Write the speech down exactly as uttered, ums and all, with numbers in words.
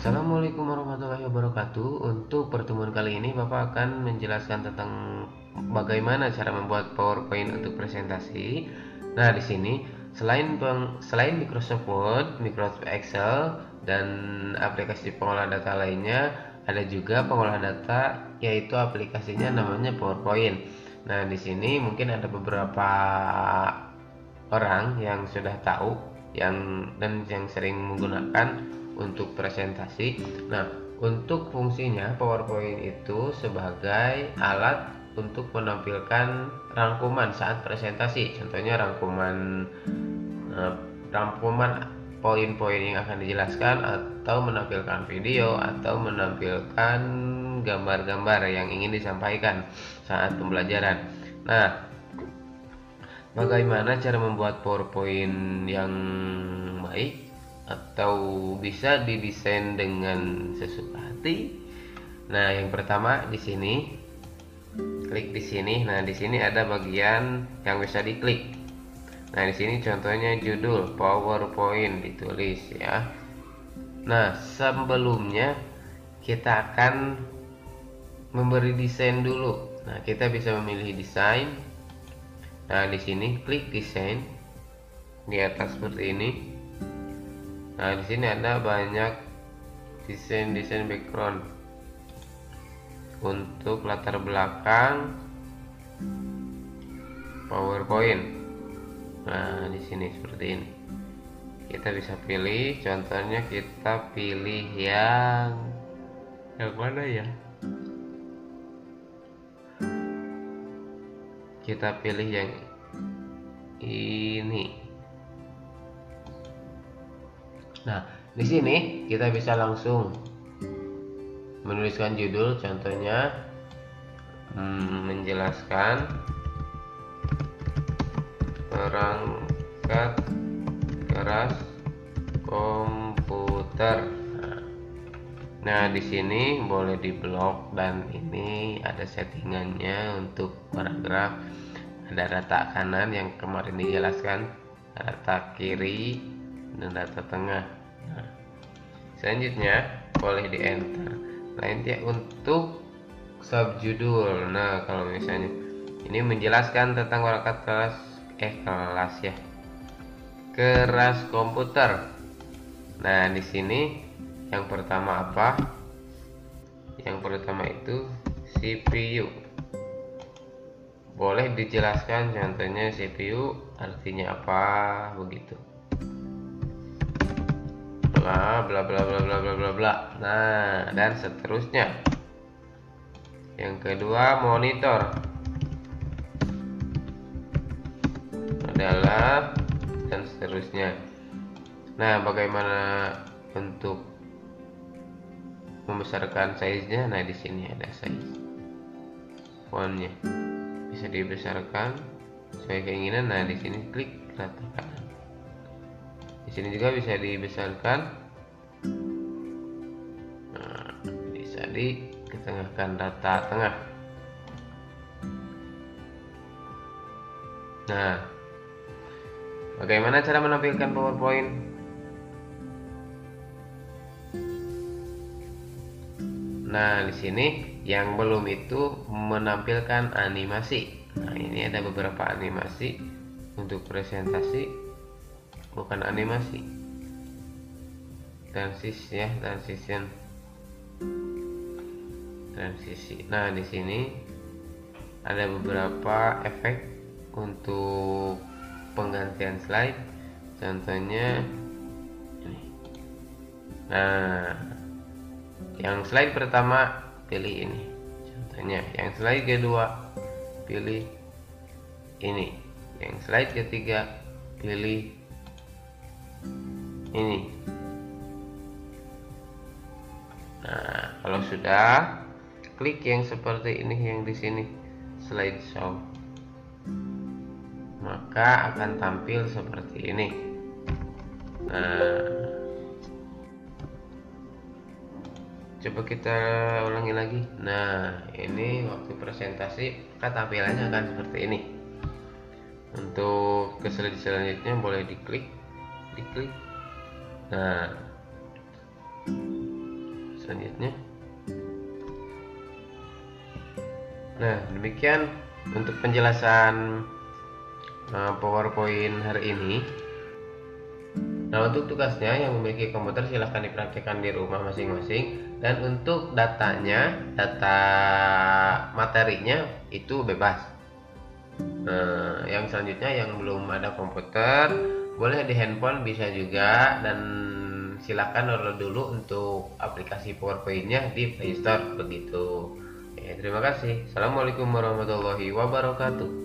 Assalamualaikum warahmatullahi wabarakatuh. Untuk pertemuan kali ini Bapak akan menjelaskan tentang bagaimana cara membuat PowerPoint untuk presentasi. Nah, di sini selain peng, selain Microsoft Word, Microsoft Excel, dan aplikasi pengolah data lainnya, ada juga pengolah data yaitu aplikasinya namanya PowerPoint. Nah, di sini mungkin ada beberapa orang yang sudah tahu yang dan yang sering menggunakan untuk presentasi. Nah, untuk fungsinya PowerPoint itu sebagai alat untuk menampilkan rangkuman saat presentasi. Contohnya rangkuman eh, rangkuman poin-poin yang akan dijelaskan, atau menampilkan video, atau menampilkan gambar-gambar yang ingin disampaikan saat pembelajaran. Nah, bagaimana cara membuat PowerPoint yang baik atau bisa didesain dengan sesuka hati? Nah, yang pertama di sini, klik di sini. Nah, di sini ada bagian yang bisa diklik. Nah, di sini contohnya judul PowerPoint ditulis ya. Nah, sebelumnya kita akan memberi desain dulu. Nah, kita bisa memilih desain. Nah, di sini klik desain di atas seperti ini. Nah, di sini ada banyak desain-desain background untuk latar belakang PowerPoint. Nah, di sini seperti ini. Kita bisa pilih, contohnya kita pilih yang yang mana ya? Kita pilih yang ini. Nah, di sini kita bisa langsung menuliskan judul, contohnya hmm, menjelaskan perangkat keras komputer. Nah, di sini boleh di blok, dan ini ada settingannya untuk paragraf. Ada data kanan yang kemarin dijelaskan, data kiri, dan data tengah. Nah, selanjutnya boleh di enter. Nah, ini untuk subjudul. Nah, kalau misalnya ini menjelaskan tentang perangkat keras eh kelas ya keras komputer. Nah, di sini yang pertama apa? Yang pertama itu C P U. Boleh dijelaskan, contohnya C P U artinya apa, begitu. Bla bla bla bla bla bla bla bla. Nah, dan seterusnya. Yang kedua, monitor adalah, dan seterusnya. Nah, bagaimana untuk membesarkan size-nya? Nah, di sini ada size fontnya, bisa dibesarkan sesuai keinginan. Nah, di sini klik rata kanan. Di sini juga bisa dibesarkan. Nah, bisa diketengahkan data tengah. Nah, bagaimana cara menampilkan PowerPoint? Nah, di sini yang belum itu menampilkan animasi. Nah, ini ada beberapa animasi untuk presentasi, bukan animasi, transisi ya, transition, transisi. Nah, di sini ada beberapa efek untuk penggantian slide, contohnya ini. Nah, yang slide pertama pilih ini, contohnya. Yang slide kedua pilih ini. Yang slide ketiga pilih ini. Nah, kalau sudah, klik yang seperti ini yang di sini, slide show, maka akan tampil seperti ini. Nah, coba kita ulangi lagi. Nah, ini waktu presentasi, maka tampilannya akan seperti ini. Untuk ke slide selanjutnya boleh diklik, diklik. Nah, selanjutnya. Nah, demikian untuk penjelasan uh, PowerPoint hari ini. Nah, untuk tugasnya yang memiliki komputer silahkan dipraktikkan di rumah masing-masing. Dan untuk datanya, data materinya itu bebas. Nah, yang selanjutnya yang belum ada komputer, boleh di handphone bisa juga. Dan silahkan download dulu untuk aplikasi PowerPoint-nya di Play Store begitu. Ya, terima kasih. Assalamualaikum warahmatullahi wabarakatuh.